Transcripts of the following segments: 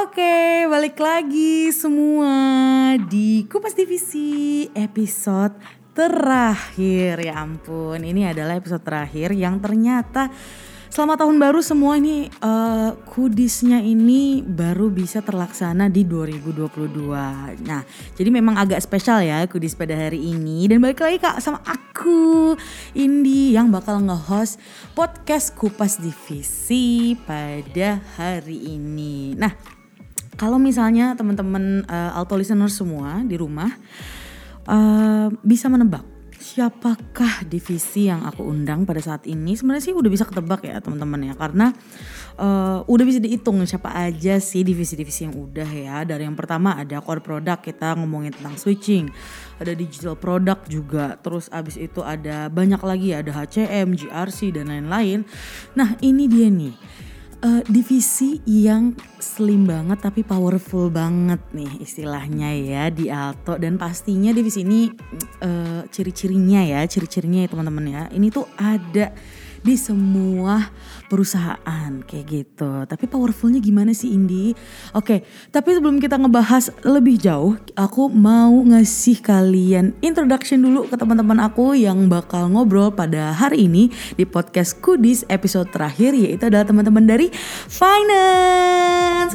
Oke, balik lagi semua di Kupas Divisi episode terakhir. Ya ampun, ini adalah episode terakhir yang ternyata selama tahun baru semua ini kudisnya ini baru bisa terlaksana di 2022. Nah, jadi memang agak spesial ya kudis pada hari ini. Dan balik lagi Kak sama aku, Indi, yang bakal nge-host podcast Kupas Divisi pada hari ini. Nah, kalau misalnya teman-teman Alto listener semua di rumah bisa menebak siapakah divisi yang aku undang pada saat ini, sebenarnya sih udah bisa ketebak ya teman-teman ya, karena udah bisa dihitung siapa aja sih divisi-divisi yang udah ya. Dari yang pertama ada core product, kita ngomongin tentang switching, ada digital product juga, terus abis itu ada banyak lagi, ada HCM, GRC dan lain-lain. Nah ini dia nih, divisi yang slim banget tapi powerful banget nih istilahnya ya di Alto. Dan pastinya divisi ini ciri-cirinya ya teman-teman ya, ini tuh ada di semua perusahaan kayak gitu. Tapi powerfulnya gimana sih Indi? Oke, tapi sebelum kita ngebahas lebih jauh, aku mau ngasih kalian introduction dulu ke teman-teman aku yang bakal ngobrol pada hari ini di podcast Kudis episode terakhir, yaitu adalah teman-teman dari Finance.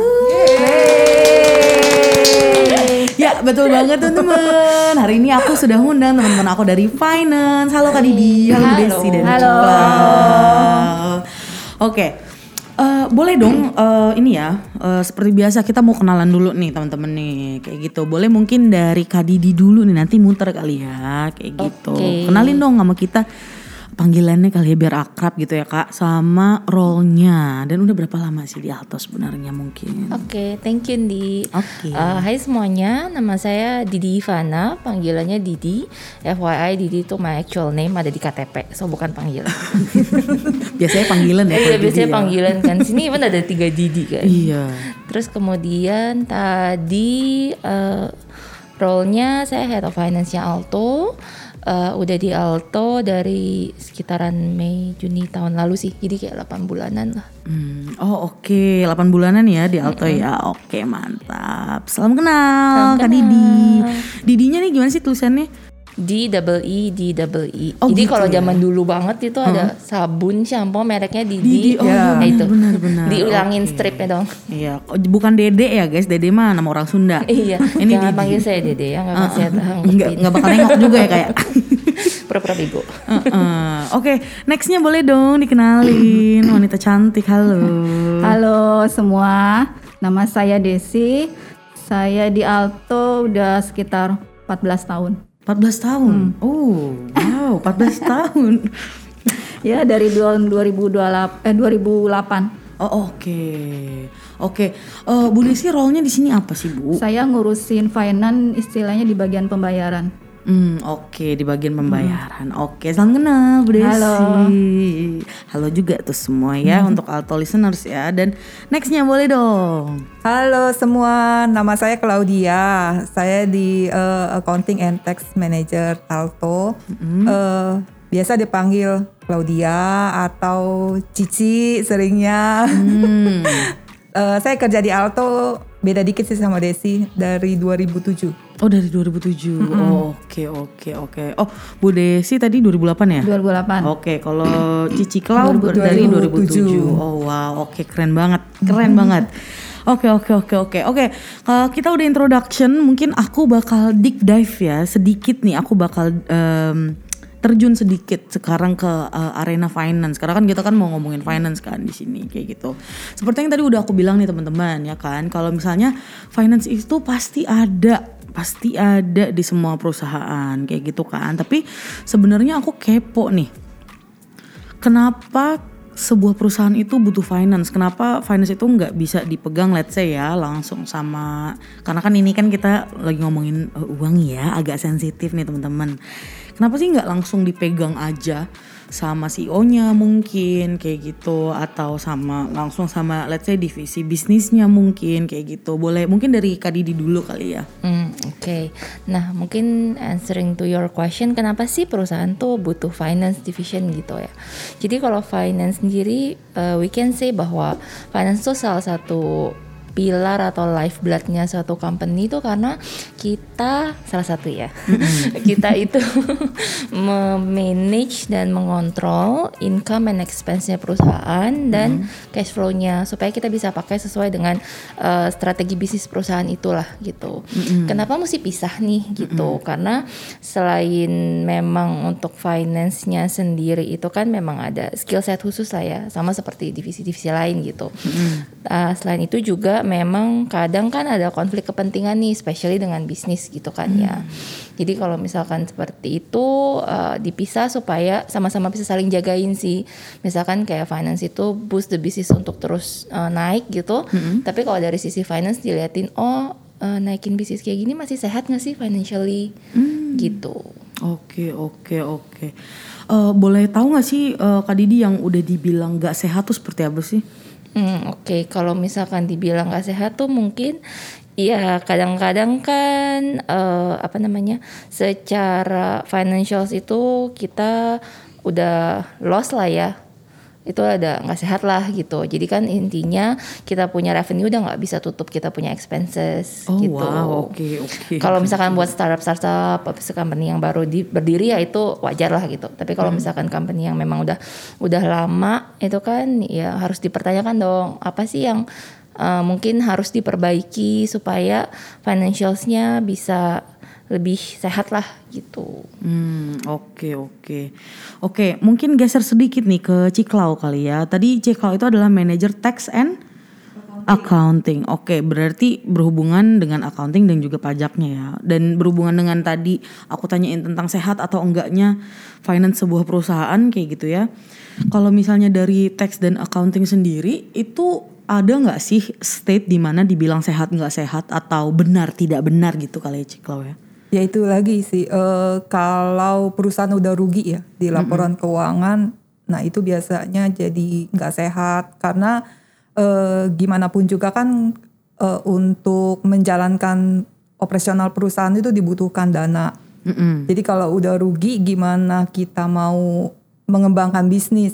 Ya betul banget teman-teman. Hari ini aku sudah ngundang teman-teman aku dari Finance. Halo Kak Didi, halo Desi dan Clara. Oke, boleh dong ini ya, seperti biasa kita mau kenalan dulu nih teman-teman nih, kayak gitu. Boleh mungkin dari Kak Didi dulu nih, nanti muter kali ya, kayak gitu. Kenalin dong sama kita panggilannya kali ya biar akrab gitu ya Kak, sama role-nya, dan udah berapa lama sih di Alto sebenarnya mungkin? Oke, thank you Di. Oke. Hai semuanya, nama saya Didi Ivana, panggilannya Didi. FYI Didi itu my actual name, ada di KTP, so bukan panggilan. Biasanya panggilan ya. Iya biasanya panggilan kan, sini even ada 3 Didi kan. Iya. Terus kemudian tadi role-nya saya Head of Finance-nya Alto. Udah di Alto dari sekitaran Mei Juni tahun lalu sih, jadi kayak 8 bulanan lah. Oke, 8 bulanan ya di Alto ya. Oke, mantap. Salam kenal Kak Didi. Didinya nih gimana sih tulisannya? D-double-E. Jadi gitu kalau ya? zaman dulu banget itu ada sabun shampoo mereknya Didi. Nah itu benar. diulangin stripnya dong. Iya, bukan Dede ya guys. Dede mah nama orang Sunda. Iya. Ini jangan panggil saya Dede ya, nggak kasih tahu. Nggak bakal nengok juga ya kayak. Pura-pura bego. Oke, nextnya boleh dong dikenalin wanita cantik. Halo semua, nama saya Desi. Saya di Alto udah sekitar 14 tahun. 14 tahun? Oh wow, 14 tahun. Ya dari 2008. Oke. Bu Desi role-nya di sini apa sih Bu? Saya ngurusin finance, istilahnya di bagian pembayaran. Oke, di bagian pembayaran. Oke, salam kenal Bu Desi. Halo juga tuh semua ya untuk Alto listeners ya. Dan nextnya boleh dong. Halo semua, nama saya Claudia. Saya di Accounting and Tax Manager Alto. Biasa dipanggil Claudia atau Cici seringnya. Saya kerja di Alto, beda dikit sih sama Desi, dari 2007. Oh dari 2007. Oke. Oh Bu Desi tadi 2008 ya? 2008. Oke, kalau Cici Clau dari 2007. Oh wow, oke keren banget. Oke. Kita udah introduction, mungkin aku bakal deep dive ya sedikit nih. Aku bakal terjun sedikit sekarang ke arena finance. Karena kan kita kan mau ngomongin finance kan di sini kayak gitu. Seperti yang tadi udah aku bilang nih teman-teman ya kan, kalau misalnya finance itu pasti ada di semua perusahaan kayak gitu kan. Tapi sebenarnya aku kepo nih. Kenapa sebuah perusahaan itu butuh finance? Kenapa finance itu nggak bisa dipegang let's say ya langsung sama, karena kan ini kan kita lagi ngomongin uang ya, agak sensitif nih teman-teman. Kenapa sih nggak langsung dipegang aja sama CEO-nya mungkin kayak gitu, atau langsung sama let's say divisi bisnisnya mungkin kayak gitu. Boleh mungkin dari Kak Didi dulu kali ya. Oke. Nah mungkin answering to your question, kenapa sih perusahaan tuh butuh finance division gitu ya. Jadi kalau finance sendiri we can say bahwa finance tuh salah satu pilar atau lifebloodnya suatu company itu karena kita salah satu ya, kita itu memanage dan mengontrol income and expense-nya perusahaan dan cash flow-nya supaya kita bisa pakai sesuai dengan strategi bisnis perusahaan itulah gitu. Kenapa mesti pisah nih gitu? Karena selain memang untuk finance-nya sendiri itu kan memang ada skill set khusus lah ya, sama seperti divisi-divisi lain gitu. Selain itu juga memang kadang kan ada konflik kepentingan nih, especially dengan bisnis gitu kan ya. Jadi kalau misalkan seperti itu dipisah supaya sama-sama bisa saling jagain sih. Misalkan kayak finance itu boost the business untuk terus naik gitu. Tapi kalau dari sisi finance diliatin, naikin bisnis kayak gini masih sehat nggak sih financially gitu. Oke. Boleh tahu nggak sih Kak Didi yang udah dibilang nggak sehat tuh seperti apa sih? Oke. Kalau misalkan dibilang nggak sehat tuh mungkin ya kadang-kadang kan secara financials itu kita udah loss lah ya. Itu ada nggak sehat lah gitu. Jadi kan intinya kita punya revenue udah nggak bisa tutup kita punya expenses gitu. Wow, oke. Kalau misalkan buat startup company yang baru berdiri ya itu wajar lah gitu. Tapi kalau misalkan company yang memang udah lama itu kan ya harus dipertanyakan dong apa sih yang mungkin harus diperbaiki supaya financialsnya bisa lebih sehat lah gitu. Oke, mungkin geser sedikit nih ke Ciklau kali ya. Tadi Ciklau itu adalah manajer tax and accounting. Oke, berarti berhubungan dengan accounting dan juga pajaknya ya. Dan berhubungan dengan tadi aku tanyain tentang sehat atau enggaknya finance sebuah perusahaan kayak gitu ya. Kalau misalnya dari tax dan accounting sendiri itu ada nggak sih state di mana dibilang sehat nggak sehat atau benar tidak benar gitu kali ya Ciklau ya? Ya itu lagi sih, kalau perusahaan udah rugi ya di laporan keuangan, nah itu biasanya jadi nggak sehat karena gimana pun juga kan untuk menjalankan operasional perusahaan itu dibutuhkan dana. Jadi kalau udah rugi gimana kita mau mengembangkan bisnis?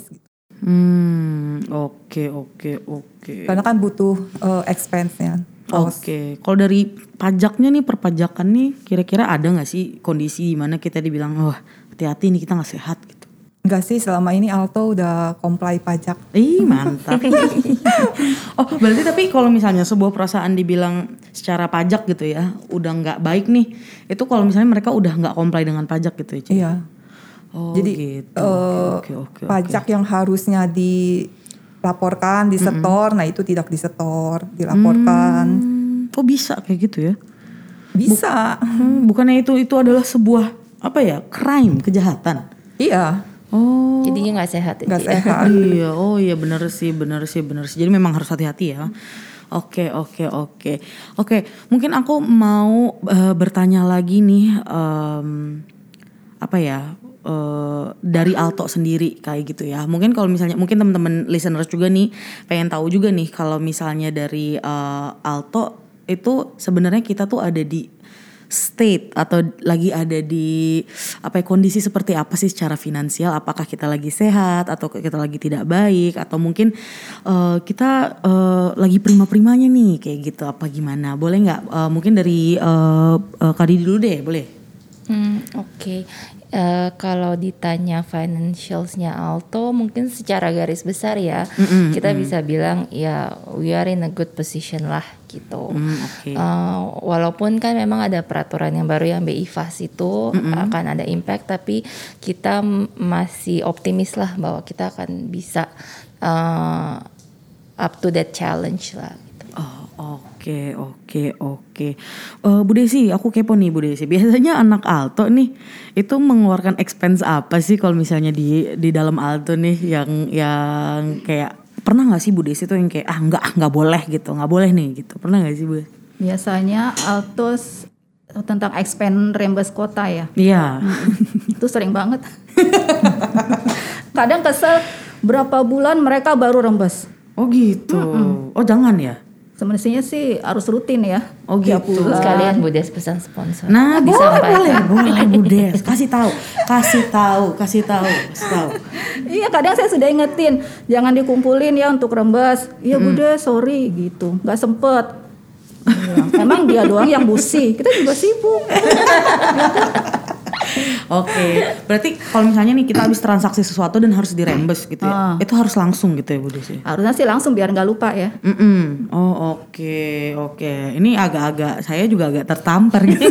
Oke. Karena kan butuh expense-nya. Oke. Kalau dari pajaknya nih, perpajakan nih, kira-kira ada nggak sih kondisi di mana kita dibilang wah hati-hati nih kita nggak sehat gitu? Enggak sih, selama ini Alto udah comply pajak. Mantap. Berarti tapi kalau misalnya sebuah perusahaan dibilang secara pajak gitu ya, udah nggak baik nih, itu kalau misalnya mereka udah nggak comply dengan pajak gitu ya? Iya. Jadi gitu. Oke. Pajak yang harusnya dilaporkan, disetor, nah itu tidak disetor, dilaporkan. Kok bisa kayak gitu ya? Bisa. Bukannya itu adalah sebuah crime, kejahatan? Iya. Jadinya nggak sehat. Nggak sehat. Iya benar sih. Jadi memang harus hati-hati ya. Oke. Mungkin aku mau bertanya lagi nih, dari Alto sendiri kayak gitu ya. Mungkin kalau misalnya teman-teman listeners juga nih pengen tahu juga nih kalau misalnya dari Alto itu sebenarnya kita tuh ada di state atau lagi ada di kondisi seperti apa sih secara finansial? Apakah kita lagi sehat atau kita lagi tidak baik atau mungkin kita lagi prima-primanya nih kayak gitu apa gimana? Boleh nggak? Mungkin dari Kak Didi dulu deh, boleh? Oke. Kalau ditanya financialsnya Alto mungkin secara garis besar ya kita bisa bilang ya we are in a good position lah gitu. Walaupun kan memang ada peraturan yang baru yang BI-FAS itu akan ada impact, tapi kita masih optimis lah bahwa kita akan bisa up to that challenge lah gitu. Oke. Bu Desi, aku kepo nih Bu Desi. Biasanya anak Alto nih itu mengeluarkan expense apa sih kalau misalnya di dalam Alto nih yang kayak pernah nggak sih Bu Desi tuh yang kayak nggak boleh gitu, nggak boleh nih gitu. Pernah nggak sih Bu? Biasanya Alto tentang expense reimburse kota ya. Iya. Itu sering banget. Kadang kesel berapa bulan mereka baru reimburse. Oh gitu. Oh jangan ya. Semestinya sih harus rutin ya. Oh tiap gitu. bulan. Sekalian Bu Des pesan sponsor. Nah, disampaikan. boleh Bu Des. Kasih tahu. Iya, kadang saya sudah ingetin, jangan dikumpulin ya untuk rembes. Iya Bu Des, sorry gitu, nggak sempet. Iya, emang dia doang yang busi, kita juga sibuk. Oke, berarti kalau misalnya nih kita habis transaksi sesuatu dan harus dirembes gitu ya, itu harus langsung gitu ya Bu Des? Harusnya sih langsung biar nggak lupa ya. Oh oke. Ini agak-agak, saya juga agak tertampar gitu.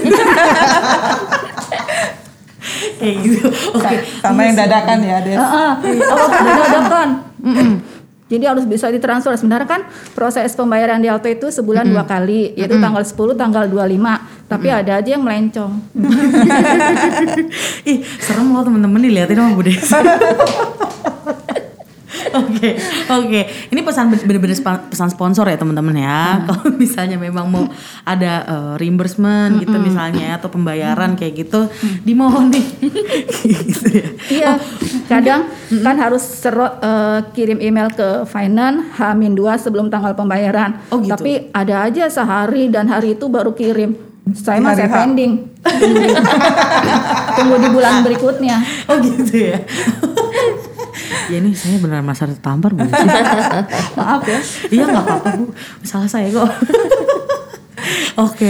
Kayak gitu. Oke. Sama yang dadakan ya, Des. Apapun dadakan. Jadi harus bisa ditransfer. Sebenarnya kan proses pembayaran di Alto itu sebulan 2 kali, yaitu tanggal 10, tanggal 25. Tapi ada aja yang melencong. Ih, serem loh teman-teman dilihatin sama Bu Des. Oke. Ini bener-bener pesan sponsor ya teman-teman ya. Kalau misalnya memang mau ada reimbursement gitu misalnya atau pembayaran kayak gitu, dimohon nih. Gitu ya. Iya, kadang kan harus kirim email ke finance H-2 sebelum tanggal pembayaran. Oh, gitu. Tapi ada aja sehari dan hari itu baru kirim. Saya Di hari masih H. pending. Tunggu di bulan berikutnya. Oh gitu ya. Ya ini saya beneran merasa tertampar Bu. Maaf ya. Iya nggak apa-apa Bu, salah saya kok. Oke,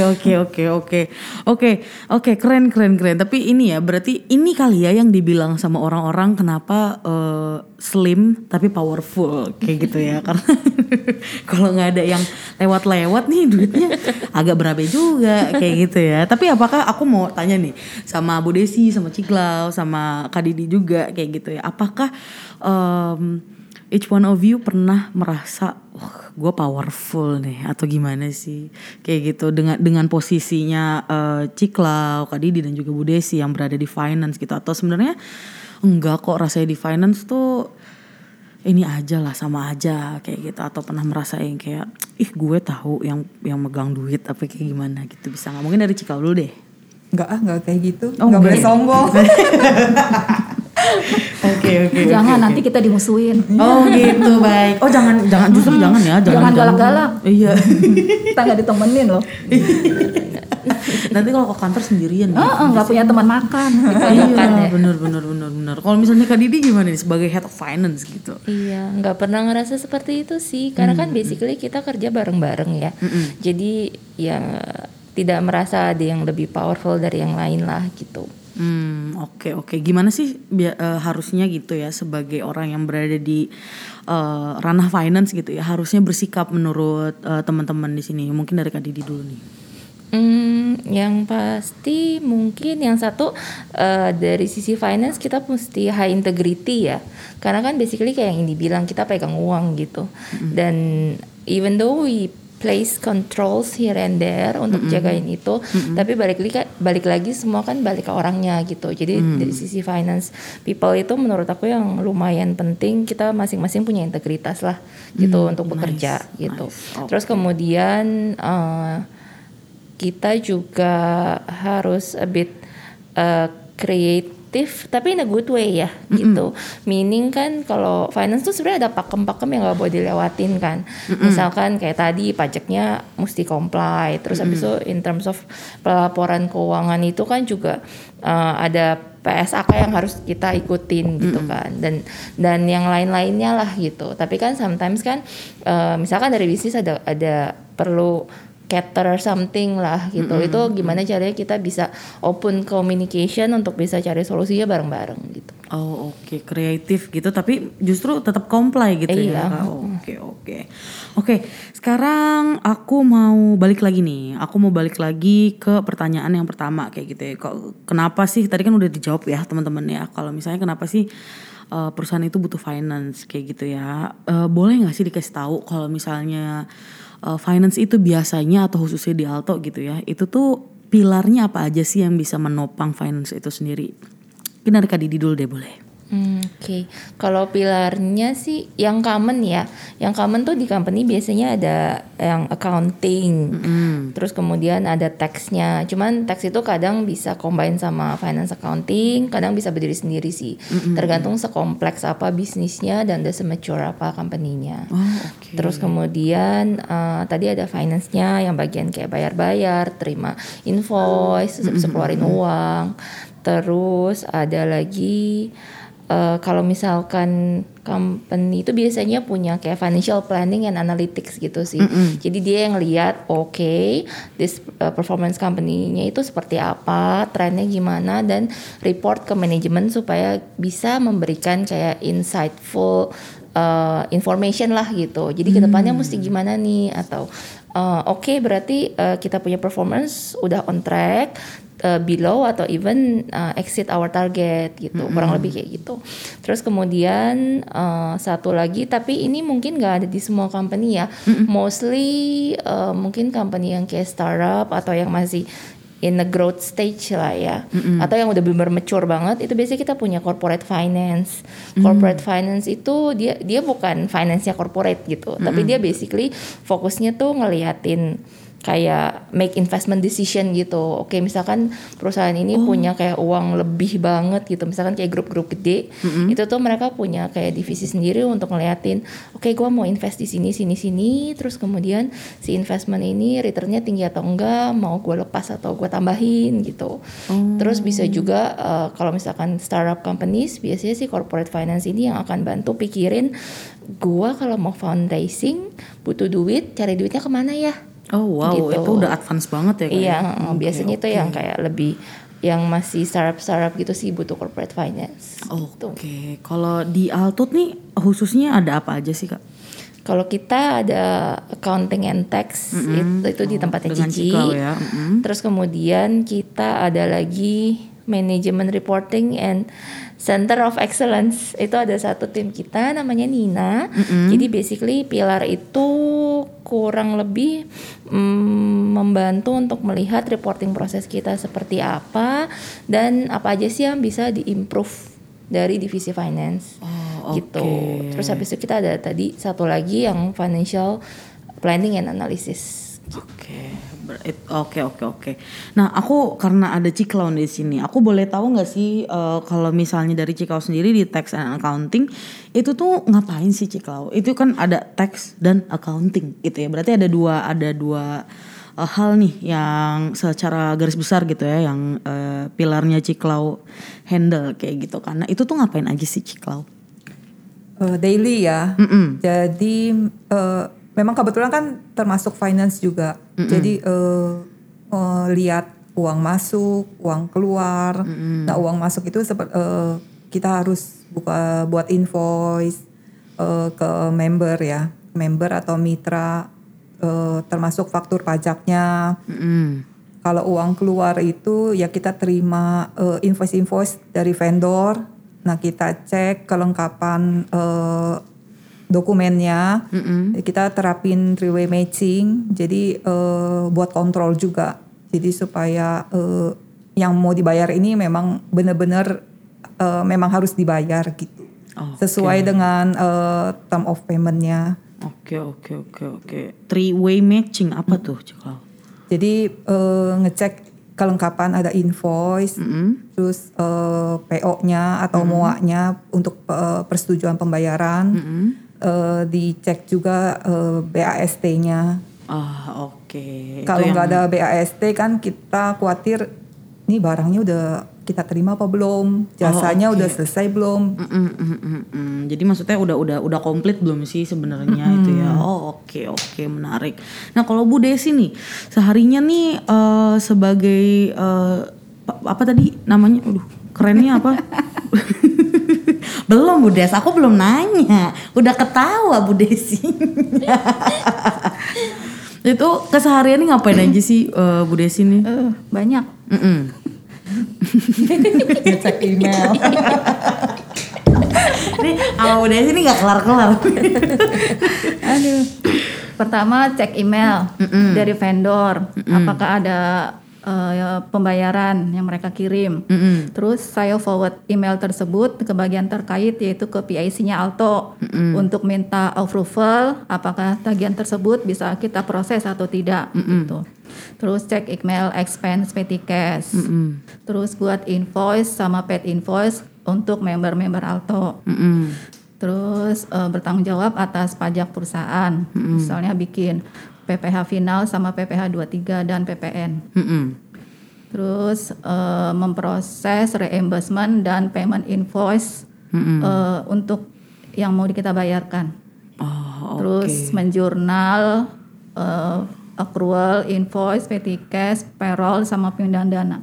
keren. Tapi ini ya, berarti ini kali ya yang dibilang sama orang-orang kenapa slim tapi powerful kayak gitu ya. Karena kalau nggak ada yang lewat-lewat nih duitnya agak berabe juga kayak gitu ya. Tapi apakah aku mau tanya nih sama Bu Desi, sama Ciklau, sama Kak Didi juga kayak gitu ya. Apakah each one of you pernah merasa gue powerful nih atau gimana sih kayak gitu dengan posisinya Ciklau, Kak Didi dan juga Bu Desi yang berada di finance gitu, atau sebenarnya enggak kok rasanya di finance tuh ini aja lah sama aja kayak gitu, atau pernah merasa yang kayak gue tahu yang megang duit apa kayak gimana gitu, bisa nggak? Mungkin dari Ciklau dulu deh. Enggak kayak gitu. Oh, Enggak boleh enggak. sombong. Oke. Jangan nanti kita dimusuhin. Oh gitu, baik. Oh jangan justru jangan ya, Jangan galak-galak. Iya. Kita nggak ditemenin loh. Nanti kalau ke kantor sendirian ya. Nggak punya teman makan. Iya, bener. Kalau misalnya Kak Didi gimana nih sebagai head of finance gitu? Iya, nggak pernah ngerasa seperti itu sih, karena kan basically kita kerja bareng-bareng ya. Jadi ya tidak merasa ada yang lebih powerful dari yang lain lah gitu. Oke. Gimana sih harusnya gitu ya sebagai orang yang berada di ranah finance gitu ya, harusnya bersikap menurut teman-teman di sini? Mungkin dari Kak Didi dulu nih. Yang pasti mungkin yang satu dari sisi finance kita mesti high integrity ya, karena kan basically kayak yang dibilang kita pegang uang gitu, dan even though we place controls here and there untuk jagain itu, tapi balik lagi semua kan balik ke orangnya gitu. Jadi dari sisi finance people itu menurut aku yang lumayan penting, kita masing-masing punya integritas lah gitu untuk bekerja gitu. Okay. Terus kemudian kita juga harus a bit kreatif tapi in a good way ya gitu. Meaning kan kalau finance tuh sebenarnya ada pakem-pakem yang nggak boleh dilewatin kan. Misalkan kayak tadi pajaknya mesti comply. Terus habis itu in terms of pelaporan keuangan itu kan juga ada PSAK yang harus kita ikutin gitu kan, dan yang lain-lainnya lah gitu. Tapi kan sometimes kan misalkan dari bisnis ada perlu cater something lah gitu. Itu gimana caranya kita bisa open communication untuk bisa cari solusinya bareng-bareng gitu. Oh oke, kreatif gitu tapi justru tetap comply gitu Iya. ya. Oke. Sekarang aku mau balik lagi nih. Aku mau balik lagi ke pertanyaan yang pertama kayak gitu ya. Kenapa sih, tadi kan udah dijawab ya teman-teman ya. Kalau misalnya kenapa sih perusahaan itu butuh finance kayak gitu ya. Boleh gak sih dikasih tahu kalau misalnya finance itu biasanya atau khususnya di Alto gitu ya, itu tuh pilarnya apa aja sih yang bisa menopang finance itu sendiri? Mungkin dari Kak Didi dulu deh boleh. Oke. Kalau pilarnya sih yang common ya. Yang common tuh di company biasanya ada yang accounting. Terus kemudian ada tax-nya. Cuman tax itu kadang bisa combine sama finance accounting, kadang bisa berdiri sendiri sih. Tergantung sekompleks apa bisnisnya dan semature apa company-nya. Terus kemudian tadi ada finance-nya yang bagian kayak bayar-bayar, terima invoice, terus keluarin uang. Terus ada lagi kalau misalkan company itu biasanya punya kayak financial planning and analytics gitu sih. Jadi dia yang lihat this performance company-nya itu seperti apa, trennya gimana, dan report ke manajemen supaya bisa memberikan kayak insightful information lah gitu. Jadi kedepannya mesti gimana nih, atau berarti kita punya performance udah on track, below atau even exceed our target gitu, kurang lebih kayak gitu. Terus kemudian satu lagi, tapi ini mungkin nggak ada di semua company ya, mostly mungkin company yang kayak startup atau yang masih in the growth stage lah ya, atau yang udah benar mature banget, itu biasanya kita punya corporate finance. Corporate finance itu dia bukan finance-nya corporate gitu, tapi dia basically fokusnya tuh ngeliatin kayak make investment decision gitu. Oke, misalkan perusahaan ini punya kayak uang lebih banget gitu, misalkan kayak grup-grup gede, itu tuh mereka punya kayak divisi sendiri untuk ngeliatin, gue mau invest di sini, terus kemudian si investment ini returnnya tinggi atau enggak, mau gue lepas atau gue tambahin gitu. Terus bisa juga kalau misalkan startup companies, biasanya si corporate finance ini yang akan bantu pikirin, gue kalau mau fundraising butuh duit, cari duitnya kemana ya? Oh wow, gitu. Itu udah advance banget ya kayaknya. Iya, biasanya itu yang kayak lebih yang masih startup gitu sih butuh corporate finance. Oke. Kalau di Alto nih khususnya ada apa aja sih Kak? Kalau kita ada accounting and tax, itu di tempatnya Cici. Ya. Terus kemudian kita ada lagi Management Reporting and Center of Excellence. Itu ada satu tim kita namanya Nina. Jadi basically pilar itu kurang lebih membantu untuk melihat reporting proses kita seperti apa dan apa aja sih yang bisa diimprove dari divisi finance. Gitu. Terus habis itu kita ada tadi satu lagi yang financial planning and analysis. Oke. Nah, aku karena ada Ciklau di sini, aku boleh tahu nggak sih kalau misalnya dari Ciklau sendiri di tax and accounting itu tuh ngapain sih Ciklau? Itu kan ada tax dan accounting gitu ya. Berarti ada dua hal nih yang secara garis besar gitu ya, yang pilarnya Ciklau handle kayak gitu. Karena itu tuh ngapain aja sih Ciklau? Daily ya. Jadi memang kebetulan kan termasuk finance juga. Jadi lihat uang masuk, uang keluar. Nah, uang masuk itu kita harus buat invoice ke member ya, member atau mitra, termasuk faktur pajaknya. Kalau uang keluar itu ya kita terima invoice dari vendor. Nah, kita cek kelengkapan dokumennya, kita terapin three-way matching, jadi buat kontrol juga, jadi supaya yang mau dibayar ini memang benar-benar memang harus dibayar gitu, sesuai dengan term of payment-nya. Oke. Three-way matching apa tuh Ciklau? Jadi ngecek kelengkapan ada invoice, terus PO-nya atau MOA-nya untuk persetujuan pembayaran. Dicek juga BAST-nya. Kalau nggak ada BAST kan kita khawatir nih barangnya udah kita terima apa belum, jasanya udah selesai belum. Jadi maksudnya udah komplit belum sih sebenarnya itu ya. Oke, menarik. Nah kalau Bu Desi nih seharinya nih sebagai apa tadi namanya? Kerennya apa? Belum Bu Des, aku belum nanya. Udah ketawa Bu Desi. Itu keseharian ngapain aja sih Bu Desi nih? Banyak. Ngecek email. Ini sama Bu Desi ini gak kelar-kelar. Pertama cek email dari vendor. Apakah ada pembayaran yang mereka kirim. Terus saya forward email tersebut ke bagian terkait yaitu ke PIC-nya Alto untuk minta approval apakah tagihan tersebut bisa kita proses atau tidak gitu. Terus cek email expense PT Cash. Terus buat invoice sama paid invoice untuk member-member Alto. Terus bertanggung jawab atas pajak perusahaan. Misalnya bikin PPh final sama PPh 23 dan PPN. Terus memproses reimbursement dan payment invoice untuk yang mau kita bayarkan. Terus menjurnal accrual, invoice, PT Cash, payroll sama pindahan dana.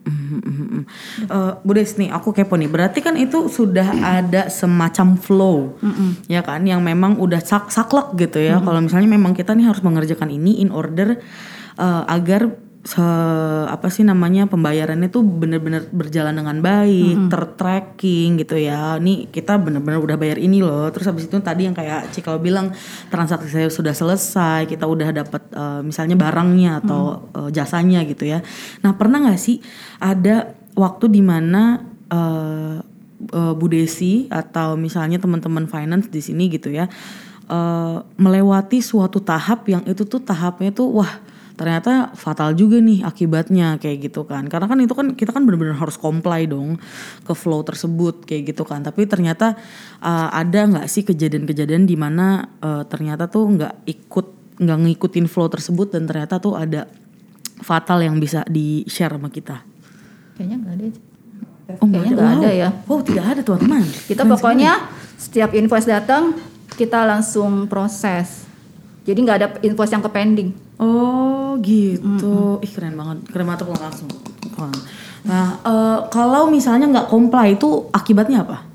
Bu Des nih, aku kepo nih. Berarti kan itu sudah ada semacam flow, ya kan? Yang memang udah saklek gitu ya. Kalau misalnya memang kita nih harus mengerjakan ini in order agar pembayarannya tuh benar-benar berjalan dengan baik, tertracking gitu ya. Nih kita benar-benar udah bayar ini loh. Terus habis itu tadi yang kayak Cikal bilang transaksi saya sudah selesai, kita udah dapat misalnya barangnya atau jasanya gitu ya. Nah pernah nggak sih ada waktu dimana Bu Desi atau misalnya teman-teman finance di sini gitu ya melewati suatu tahap yang itu tuh tahapnya tuh wah ternyata fatal juga nih akibatnya kayak gitu kan. Karena kan itu kan kita kan benar-benar harus comply dong ke flow tersebut kayak gitu kan. Tapi ternyata ada nggak sih kejadian-kejadian di mana ternyata tuh nggak ngikutin flow tersebut dan ternyata tuh ada fatal yang bisa di-share sama kita. Kayaknya nggak ada. Kayaknya nggak ada ya. Wow, tidak ada teman-teman. Kita pokoknya setiap invoice datang kita langsung proses. Jadi nggak ada invoice yang ke pending. Oh gitu, ih keren banget aku langsung. Nah kalau misalnya nggak comply itu akibatnya apa?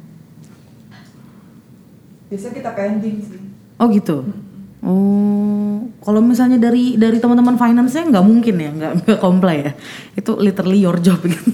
Biasanya kita pending sih. Oh gitu. Oh, kalau misalnya dari teman-teman finance-nya nggak mungkin ya, nggak comply ya. Itu literally your job gitu.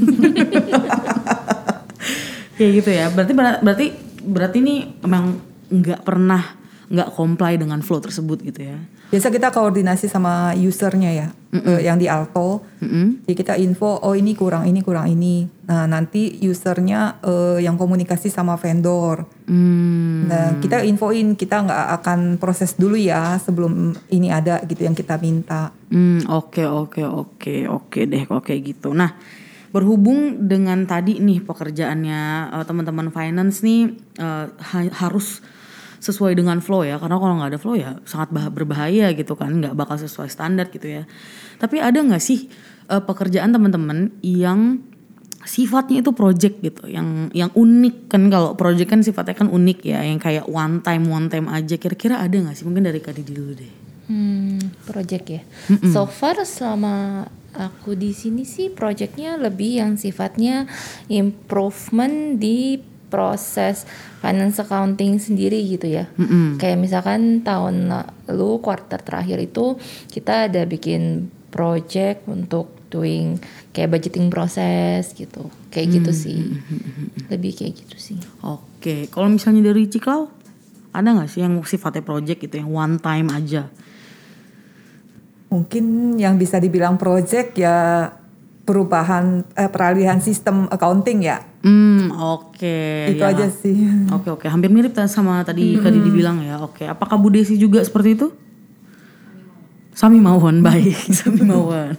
Kayak gitu ya. Berarti ini emang nggak comply dengan flow tersebut gitu ya. Biasa kita koordinasi sama usernya ya, yang di Alto. Jadi kita info, oh ini kurang ini. Nah nanti usernya yang komunikasi sama vendor. Nah kita infoin, kita nggak akan proses dulu ya sebelum ini ada gitu yang kita minta. Oke deh kalau kayak gitu. Nah berhubung dengan tadi nih pekerjaannya teman-teman finance nih harus sesuai dengan flow ya, karena kalau nggak ada flow ya sangat berbahaya gitu kan, nggak bakal sesuai standar gitu ya. Tapi ada nggak sih pekerjaan teman-teman yang sifatnya itu project gitu, yang unik kan? Kalau project kan sifatnya kan unik ya, yang kayak one time aja. Kira-kira ada nggak sih? Mungkin dari Kak Didi dulu deh. Project ya. So far selama aku di sini sih projectnya lebih yang sifatnya improvement di proses finance accounting sendiri gitu ya. Kayak misalkan tahun lalu quarter terakhir itu kita ada bikin project untuk doing kayak budgeting proses gitu. Kayak gitu sih. Lebih kayak gitu sih. Oke, kalau misalnya dari Ciklau ada nggak sih yang sifatnya project gitu, yang one time aja? Mungkin yang bisa dibilang project ya perubahan peralihan sistem accounting ya. Oke. Itu ya. aja sih. Oke. Hampir mirip sama tadi Kak Didi bilang ya. Oke. Apakah Bu Desi juga seperti itu? Sami mawon, baik. Sami mawon.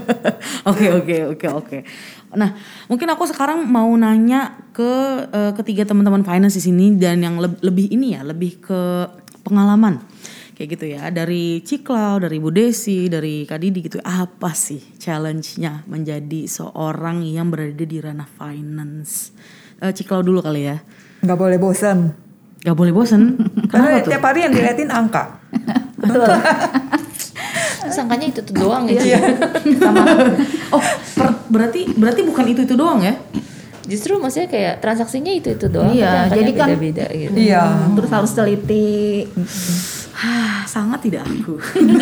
Oke. Nah, mungkin aku sekarang mau nanya ke ketiga teman-teman finance di sini dan yang lebih ke pengalaman. Kayak gitu ya, dari Ciklau, dari Bu Desi, dari Kak Didi gitu. Apa sih challenge-nya menjadi seorang yang berada di ranah finance? Ciklau dulu kali ya. Nggak boleh bosan. Nggak boleh bosan? Karena tiap hari yang diliatin angka. Betul. Sangkanya itu doang ya. Sama. Oh, berarti bukan itu doang ya? Justru maksudnya kayak transaksinya itu doang. Iya, jadi kan beda-beda gitu. Iya. Terus harus teliti. Sangat tidak aku.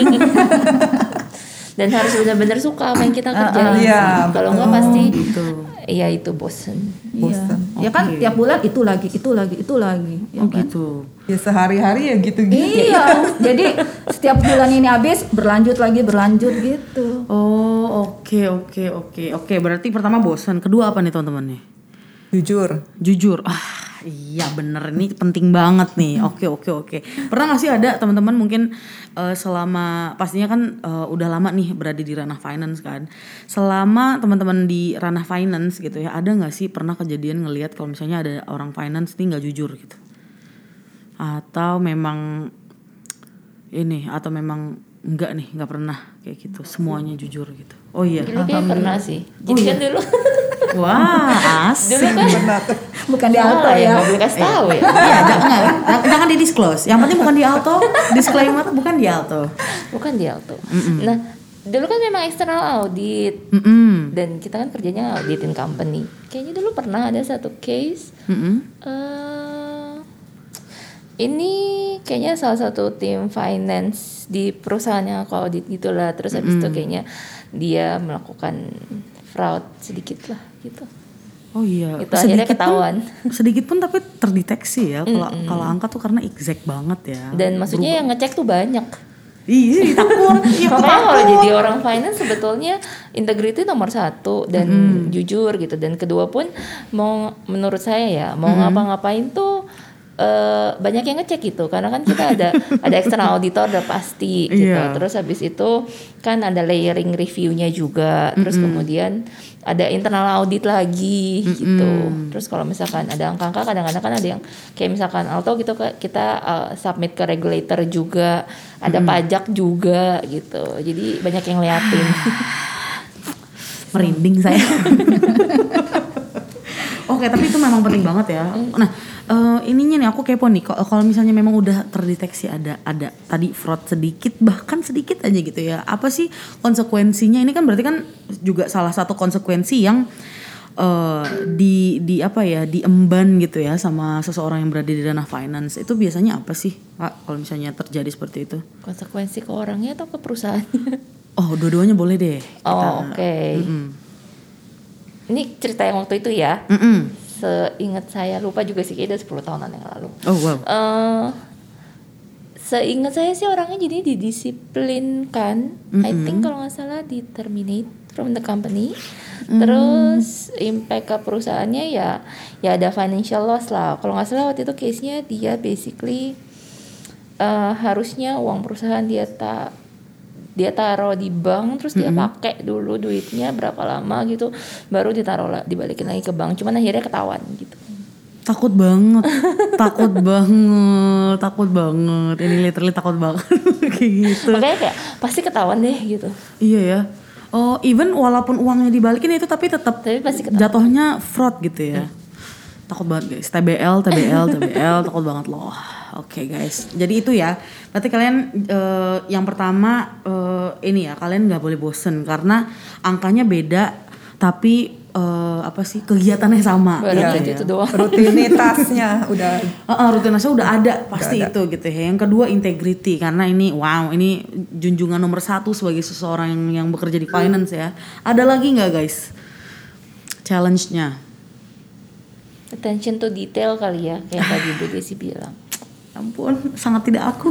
Dan harus benar-benar suka apa yang kita kerjain. Iya, Kalau nggak pasti Betul. ya itu bosen. Iya. Ya kan tiap bulan itu lagi. Ya Oh kan? gitu. Ya sehari-hari ya gitu-gitu. Iya, jadi setiap bulan ini habis berlanjut gitu. Oh oke. Berarti pertama bosan. Kedua apa nih teman-teman nih? Jujur. Iya bener, ini penting banget nih. Oke. Pernah gak sih ada teman-teman mungkin selama pastinya kan udah lama nih berada di ranah finance kan. Selama teman-teman di ranah finance gitu ya, ada gak sih pernah kejadian ngelihat kalau misalnya ada orang finance nih gak jujur gitu? Atau memang enggak nih, nggak pernah kayak gitu, semuanya jujur gitu. Oh iya. Dulu kayak pernah sih. Jadi kan dulu. Wah, asik. Dulu kan Bukan di Alto ya. Nggak boleh kasih tahu ya. Iya, jangan di disclose. Yang penting bukan di Alto, disclaimer bukan di Alto. Bukan di Alto. Nah, dulu kan memang external audit. Dan kita kan kerjanya auditin company. Kayaknya dulu pernah ada satu case. Ini kayaknya salah satu tim finance di perusahaannya aku audit gitulah. Terus habis itu kayaknya dia melakukan fraud sedikit lah gitu. Oh iya. Itu akhirnya ketahuan. Sedikit pun tapi terdeteksi ya. Kalau angka tuh karena exact banget ya. Dan maksudnya yang ngecek tuh banyak. Iya, takut. Makanya kalau jadi orang finance sebetulnya integrity nomor 1 dan jujur gitu. Dan kedua pun menurut saya ya mau ngapa-ngapain tuh banyak yang ngecek gitu, karena kan kita ada external auditor udah pasti gitu. Terus habis itu kan ada layering reviewnya juga. Terus kemudian ada internal audit lagi gitu. Terus kalau misalkan ada angka-angka kadang-kadang kan ada yang kayak misalkan Alto gitu kita submit ke regulator juga, ada pajak juga gitu. Jadi banyak yang liatin. Merinding saya. Oke, tapi itu memang penting banget ya. Nah, ininya nih aku kepo nih. Kalau misalnya memang udah terdeteksi ada tadi fraud sedikit, bahkan sedikit aja gitu ya. Apa sih konsekuensinya? Ini kan berarti kan juga salah satu konsekuensi yang diemban gitu ya sama seseorang yang berada di ranah finance. Itu biasanya apa sih, Kak, kalau misalnya terjadi seperti itu? Konsekuensi ke orangnya atau ke perusahaannya? Oh, dua-duanya boleh deh. Oke. Ini cerita yang waktu itu ya. Seingat saya, lupa juga sih, kayaknya 10 tahunan yang lalu. Oh wow. Seingat saya sih orangnya jadi didisiplinkan. I think kalau nggak salah di-terminate from the company. Terus impact ke perusahaannya ya ada financial loss lah. Kalau nggak salah waktu itu case-nya dia basically harusnya uang perusahaan dia taruh di bank, terus dia pakai dulu duitnya berapa lama gitu, baru dibalikin lagi ke bank. Cuman akhirnya ketahuan gitu. Takut banget. Ini literally takut banget kayak gitu. Makanya kayak pasti ketahuan deh gitu. Iya ya. Oh, even walaupun uangnya dibalikin itu tapi tetap pasti ketahuan. Jatuhnya fraud gitu ya. Takut banget guys. TBL takut banget loh. Oke guys, jadi itu ya. Berarti kalian yang pertama ini ya, kalian nggak boleh bosen karena angkanya beda, tapi kegiatannya sama. Ya, itu doang. Rutinitasnya udah. Rutinitasnya udah ada pasti itu gitu ya. Yang kedua integrity, karena ini junjungan nomor 1 sebagai seseorang yang bekerja di finance ya. Ada lagi nggak guys challenge-nya? Attention to detail kali ya, kayak tadi Bu Desi bilang. Ampun, sangat tidak aku.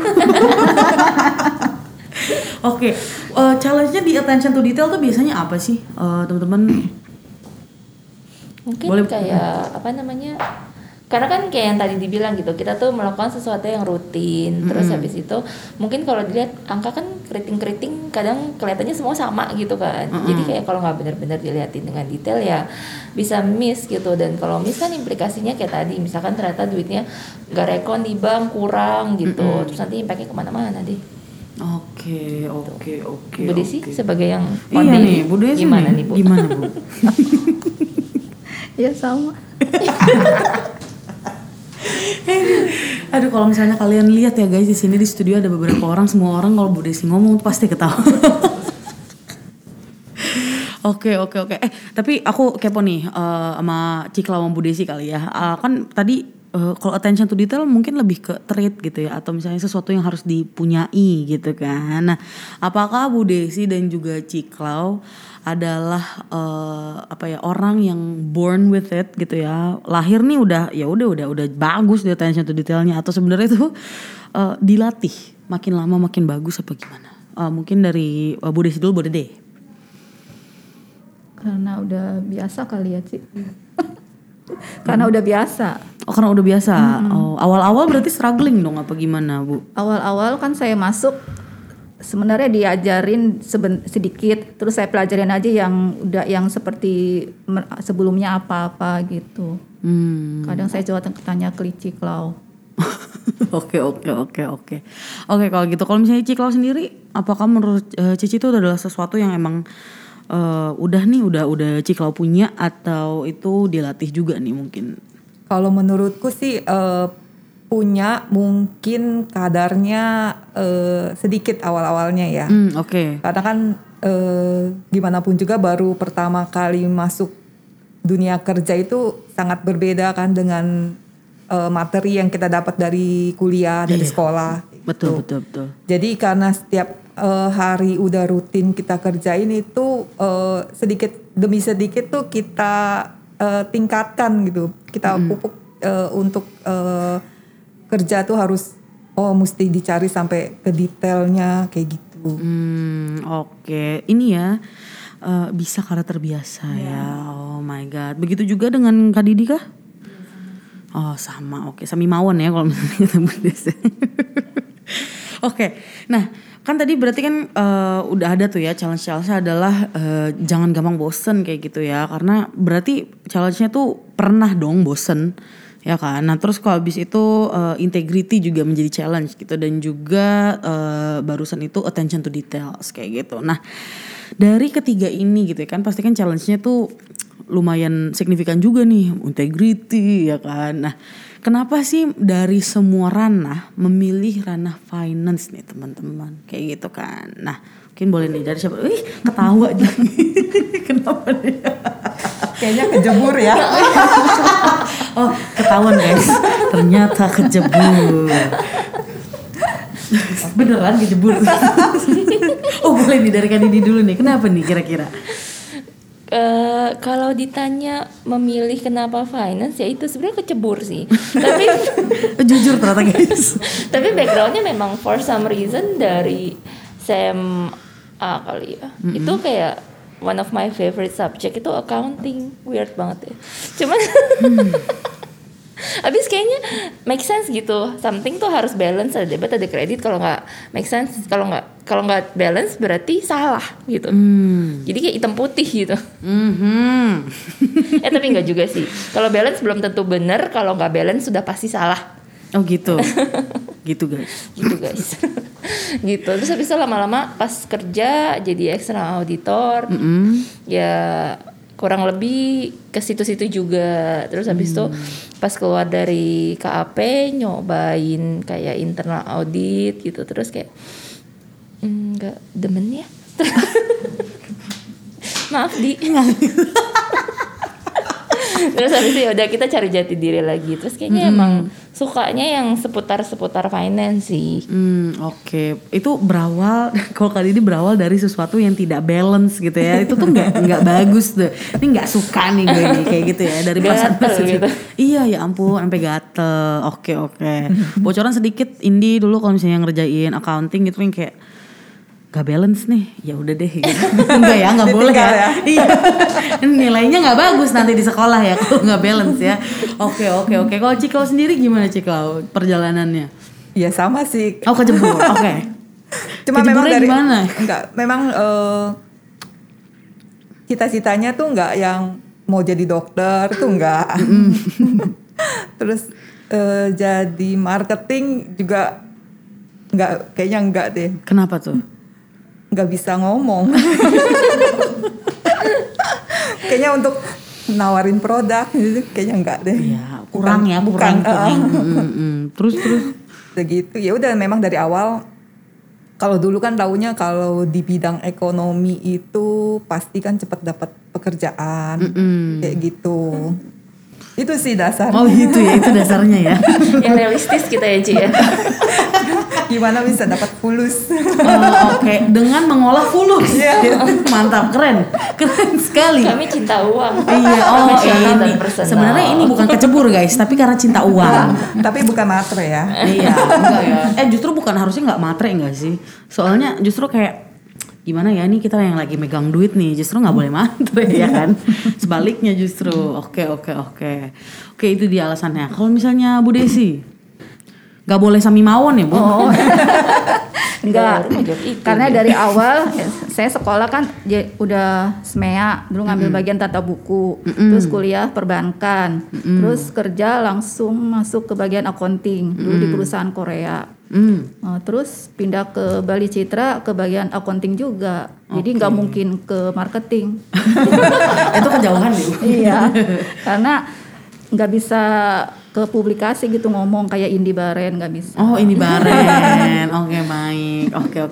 Oke, challenge-nya di attention to detail tuh biasanya apa sih, teman-teman? Mungkin kayak karena kan kayak yang tadi dibilang gitu, kita tuh melakukan sesuatu yang rutin. Terus habis itu mungkin kalau dilihat angka kan keriting kadang kelihatannya semua sama gitu kan. Jadi kayak kalau nggak benar-benar dilihatin dengan detail ya bisa miss gitu. Dan kalau miss kan implikasinya kayak tadi, misalkan ternyata duitnya nggak rekon di bank, kurang gitu. Terus nanti impactnya kemana-mana deh. Oke. Bu Desi sebagai yang iya nih, Bu Desi gimana nih Bu? Gimana Bu? Ya sama. Aduh, kalau misalnya kalian lihat ya guys, di sini di studio ada beberapa orang, semua orang kalau Bu Desi ngomong pasti ketawa. Oke. Tapi aku kepo nih sama Cikla sama Bu Desi kali ya. Kan tadi kalau attention to detail mungkin lebih ke trait gitu ya, atau misalnya sesuatu yang harus dipunyai gitu kan. Nah, apakah Bu Desi dan juga Ciklau adalah orang yang born with it gitu ya, lahir nih udah bagus di attention to detailnya, atau sebenarnya itu dilatih makin lama makin bagus apa gimana? Mungkin dari Bu Desi dulu boleh deh. Karena udah biasa kali ya Ci. Karena udah biasa. Oh, karena udah biasa. Awal-awal berarti struggling dong apa gimana, Bu? Awal-awal kan saya masuk sebenarnya diajarin sedikit, terus saya pelajarin aja yang seperti sebelumnya apa-apa gitu. Kadang saya coba tanya ke Ciklau. Oke, kalau gitu, kalau misalnya Ciklau sendiri, apakah menurut Cici itu adalah sesuatu yang emang udah Ciklau punya, atau itu dilatih juga nih mungkin? Kalau menurutku sih punya, mungkin kadarnya sedikit awal-awalnya ya. Oke. Karena kan gimana pun juga baru pertama kali masuk dunia kerja itu sangat berbeda kan dengan materi yang kita dapat dari kuliah, dari sekolah. Betul. Jadi karena setiap hari udah rutin kita kerjain itu sedikit demi sedikit tuh kita tingkatkan gitu. Kita pupuk untuk kerja tuh harus mesti dicari sampai ke detailnya kayak gitu. Oke. Ini ya bisa karena terbiasa ya. Oh my god. Begitu juga dengan Kak Didi kah? Oh sama. Oke. Sami mawon ya kalau misalnya ketemu Desi. Oke. Nah, kan tadi berarti kan udah ada tuh ya challenge-nya adalah jangan gampang bosen kayak gitu ya, karena berarti challenge-nya tuh pernah dong bosen ya kan. Nah terus kalau habis itu integrity juga menjadi challenge gitu, dan juga barusan itu attention to details kayak gitu. Nah dari ketiga ini gitu ya kan, pasti kan challenge-nya tuh lumayan signifikan juga nih, integrity ya kan. Nah kenapa sih dari semua ranah memilih ranah finance nih teman-teman? Kayak gitu kan. Nah, mungkin boleh nih dari siapa? Ketawa aja. Kenapa nih? Kayaknya kejebur ya. Oh, ketahuan guys. Ternyata kejebur. Beneran kejebur. Oh, boleh nih dari Kak Didi dulu nih. Kenapa nih kira-kira? Kalau ditanya memilih kenapa finance, ya itu sebenarnya kecebur sih. Tapi jujur ternyata guys. Tapi backgroundnya memang for some reason dari SMA kali ya. Itu kayak one of my favorite subject itu accounting. Weird banget ya. Cuman abis kayaknya make sense gitu. Something tuh harus balance, ada debit ada kredit. Kalau nggak make sense, kalau nggak balance berarti salah gitu. Jadi kayak hitam putih gitu. Tapi nggak juga sih. Kalau balance belum tentu benar. Kalau nggak balance sudah pasti salah. Oh gitu. Gitu guys. Gitu. Terus habis itu lama-lama pas kerja jadi external auditor. Ya kurang lebih ke situ-situ juga. Terus habis itu pas keluar dari KAP nyobain kayak internal audit gitu. Terus kayak nggak demen ya. Maaf Di. Terus habis itu udah kita cari jati diri lagi. Terus kayaknya emang sukanya yang seputar finance sih. Oke. Itu berawal, kalau kali ini berawal dari sesuatu yang tidak balance gitu ya. Itu tuh nggak bagus tuh. Ini nggak suka nih gue nih kayak gitu ya. Dari pas gitu. Iya ya ampun sampai gatel. Oke. Bocoran sedikit Indi dulu kalau misalnya ngerjain accounting gitu yang kayak gak balance nih, ya udah deh gitu. Enggak ya, nggak boleh ya. Iya, nilainya nggak bagus nanti di sekolah ya kalau nggak balance ya. Oke. Kalau Ciklau sendiri gimana Ciklau perjalanannya? Ya sama sih. Oh kejebur, oke. Cuma memang dari gimana? Enggak, memang cita-citanya tuh nggak yang mau jadi dokter tuh nggak. Terus jadi marketing juga nggak, kayaknya nggak deh. Kenapa tuh? Nggak bisa ngomong. Kayaknya untuk nawarin produk gitu kayaknya enggak deh. Iya, kurang. Terus begitu. Ya udah memang dari awal kalau dulu kan taunya kalau di bidang ekonomi itu pasti kan cepat dapat pekerjaan kayak gitu. Itu sih dasarnya. Oh gitu ya, itu dasarnya ya. Yang realistis kita ya Ci ya. Gimana bisa dapat fulus? Oke, dengan mengolah fulus. Mantap, keren sekali. Kami cinta uang. Iya, Profesional dan ini personal. sebenarnya ini bukan kecebur guys, tapi karena cinta uang. Tapi bukan matre ya. Iya, enggak ya. Justru bukan harusnya nggak matre enggak sih? Soalnya justru kayak gimana ya, ini kita yang lagi megang duit nih, justru nggak boleh matre ya kan? Sebaliknya justru. Oke, itu dia alasannya. Kalau misalnya Bu Desi, nggak boleh sami mawon ya Bu? Oh. Enggak, Baru mau jawab itu karena dia. dari awal saya sekolah kan udah SMEA, dulu ngambil bagian tata buku, terus kuliah perbankan, terus kerja langsung masuk ke bagian accounting, dulu di perusahaan Korea. Terus pindah ke Bali Citra ke bagian accounting juga, jadi nggak mungkin ke marketing. Itu kejauhan nih. Iya, karena nggak bisa ke publikasi gitu ngomong kayak Indi Baren, nggak bisa. Oh ini Baren, oke baik,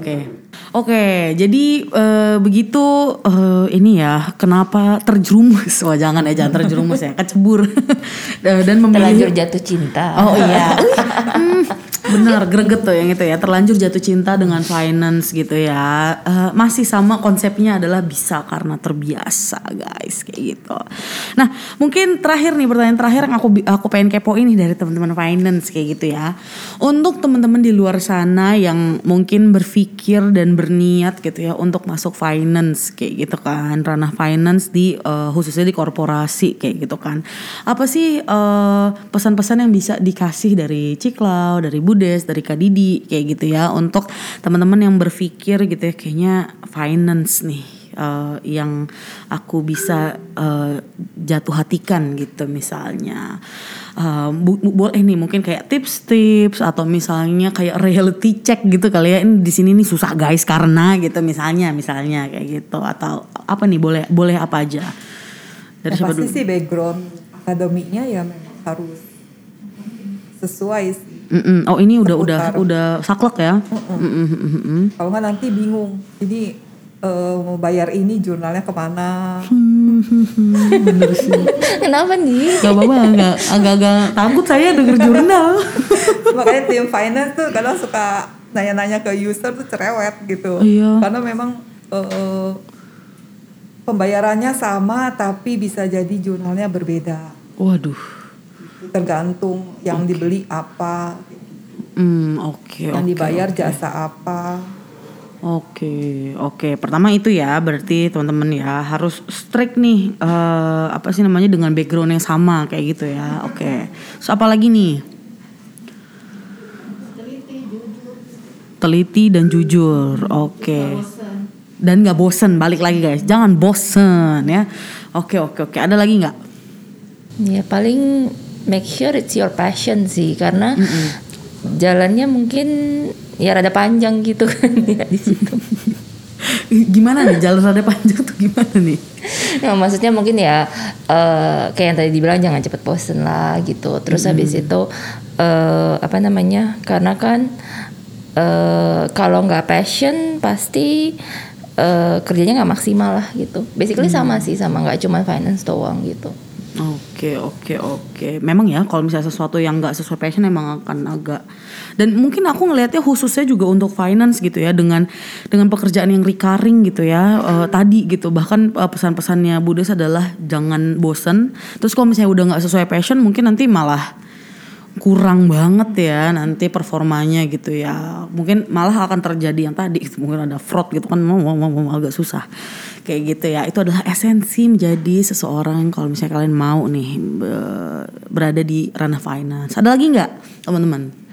oke. Jadi begitu ini ya, kenapa terjerumus? Wah jangan terjerumus ya, kecebur dan memilih. Terlanjur jatuh cinta. Oh iya, benar greget tuh yang itu ya, terlanjur jatuh cinta dengan finance gitu ya. Masih sama konsepnya adalah bisa karena terbiasa guys, kayak gitu. Nah mungkin terakhir nih, pertanyaan terakhir yang aku pengen kepo ini dari teman-teman finance kayak gitu ya. Untuk teman-teman di luar sana yang mungkin berpikir dan berniat gitu ya untuk masuk finance kayak gitu kan, ranah finance di khususnya di korporasi kayak gitu kan. Apa sih pesan-pesan yang bisa dikasih dari Ciklau, dari Budes, dari Kak Didi kayak gitu ya untuk teman-teman yang berpikir gitu ya, kayaknya finance nih yang aku bisa jatuh hatikan gitu misalnya. Boleh nih mungkin kayak tips-tips atau misalnya kayak reality check gitu kali ya, ini di sini nih susah guys karena gitu misalnya kayak gitu, atau apa nih, boleh apa aja dari siapa Pasti dulu? sih background akademiknya ya memang harus sesuai sih. Oh ini udah saklek ya. Kalau nggak nanti bingung. Jadi mau bayar ini jurnalnya kemana? Bener sih. Kenapa nih? Gak apa-apa, agak-agak takut saya denger jurnal. Makanya tim finance tuh kadang suka nanya-nanya ke user tuh cerewet gitu. Iya. Karena memang pembayarannya sama tapi bisa jadi jurnalnya berbeda. Waduh. Tergantung yang dibeli apa, yang dibayar jasa apa. Oke. Pertama itu ya, berarti teman-teman ya harus strict nih dengan background yang sama kayak gitu ya. Oke. So apa lagi nih? Teliti dan jujur. Oke. Dan nggak bosen, balik lagi guys, jangan bosen ya. Oke. Ada lagi nggak? Ya paling make sure it's your passion sih, karena jalannya mungkin ya rada panjang gitu kan ya di situ. Gimana nih jalur rada panjang tuh gimana nih? Nah, maksudnya mungkin ya kayak yang tadi dibilang jangan cepet bosen lah gitu. Terus habis itu karena kan kalau nggak passion pasti kerjanya nggak maksimal lah gitu. Basically sama nggak cuma finance doang gitu. Oke. Memang ya kalau misalnya sesuatu yang nggak sesuai passion emang akan agak, dan mungkin aku ngelihatnya khususnya juga untuk finance gitu ya, dengan pekerjaan yang recurring gitu ya, tadi gitu, bahkan pesan-pesannya Budes adalah jangan bosen. Terus kalau misalnya udah nggak sesuai passion mungkin nanti malah kurang banget ya nanti performanya gitu ya, mungkin malah akan terjadi yang tadi mungkin ada fraud gitu kan, agak susah kayak gitu ya. Itu adalah esensi menjadi seseorang kalau misalnya kalian mau nih berada di ranah finance. Ada lagi nggak teman-teman?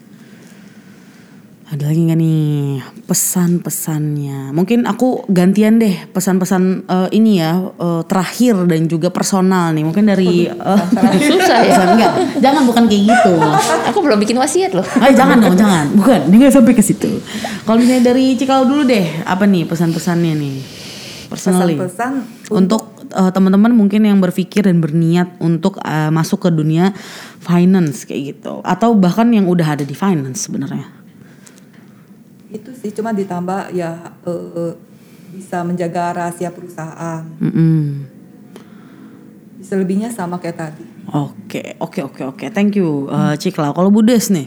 Ada lagi nggak nih pesan-pesannya? Mungkin aku gantian deh pesan-pesan ini ya, terakhir dan juga personal nih. Mungkin dari susah ya. Enggak, jangan, bukan kayak gitu. Aku belum bikin wasiat loh. Jangan dong, bukan. Jangan sampai ke situ. Kalau misalnya dari Cikal dulu deh, apa nih pesan-pesannya nih? Personally. Pesan-pesan untuk teman-teman mungkin yang berpikir dan berniat untuk masuk ke dunia finance kayak gitu, atau bahkan yang udah ada di finance sebenarnya. itu sih, cuma ditambah ya bisa menjaga rahasia perusahaan. Selebihnya sama kayak tadi. Oke. Thank you Cikla. Kalau Budes nih?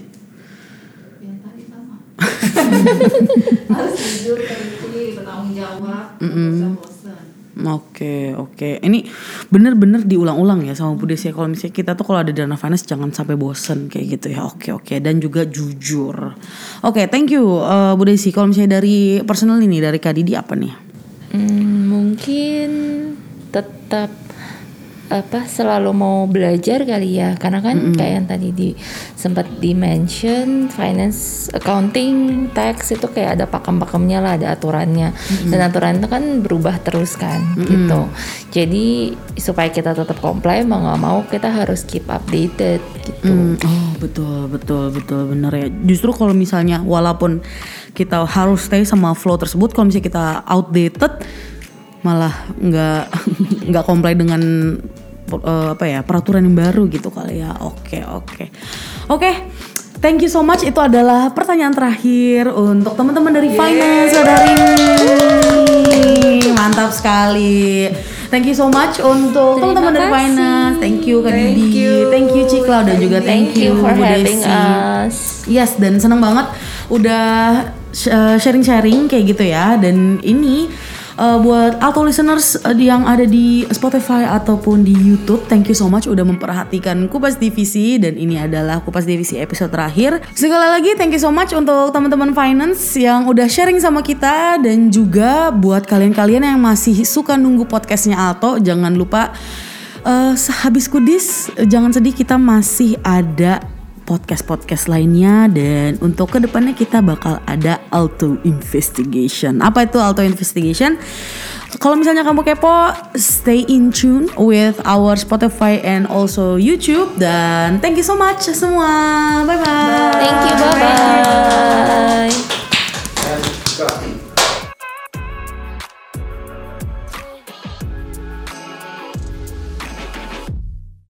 Harus jujur, teliti, bertanggung jawab, Oke. Ini bener-bener diulang-ulang ya sama Bu Desi. Kalau misalnya kita tuh kalau ada dana finance jangan sampai bosen kayak gitu ya. Oke. Dan juga jujur. Oke, thank you Bu Desi. Kalau misalnya dari personal ini, dari Kak Didi apa nih? Mungkin tetap selalu mau belajar kali ya, karena kan kayak yang tadi sempat di-mention finance, accounting, tax itu kayak ada pakem-pakemnya lah, ada aturannya, dan aturan itu kan berubah terus kan gitu. Jadi supaya kita tetap comply, mau nggak mau kita harus keep updated gitu. Betul bener ya. Justru kalau misalnya walaupun kita harus stay sama flow tersebut, kalau misalnya kita outdated malah nggak comply dengan peraturan yang baru gitu kali ya. Oke. Thank you so much. Itu adalah pertanyaan terakhir untuk teman-teman dari finance hari ini. Mantap sekali. Thank you so much untuk teman-teman dari finance. Thank you Kak Didi. Thank you Cikla dan juga thank you for Bu having Desi. us. Yes, dan senang banget udah sharing-sharing kayak gitu ya. Dan ini buat auto listeners yang ada di Spotify ataupun di YouTube, thank you so much udah memperhatikan Kupas Divisi, dan ini adalah Kupas Divisi episode terakhir. Sekali lagi thank you so much untuk teman-teman finance yang udah sharing sama kita, dan juga buat kalian-kalian yang masih suka nunggu podcastnya Alto, jangan lupa sehabis kudis jangan sedih, kita masih ada podcast lainnya, dan untuk kedepannya kita bakal ada Alto Investigation. Apa itu Alto Investigation? Kalau misalnya kamu kepo, stay in tune with our Spotify and also YouTube. Dan thank you so much semua. Bye bye. Thank you, bye bye.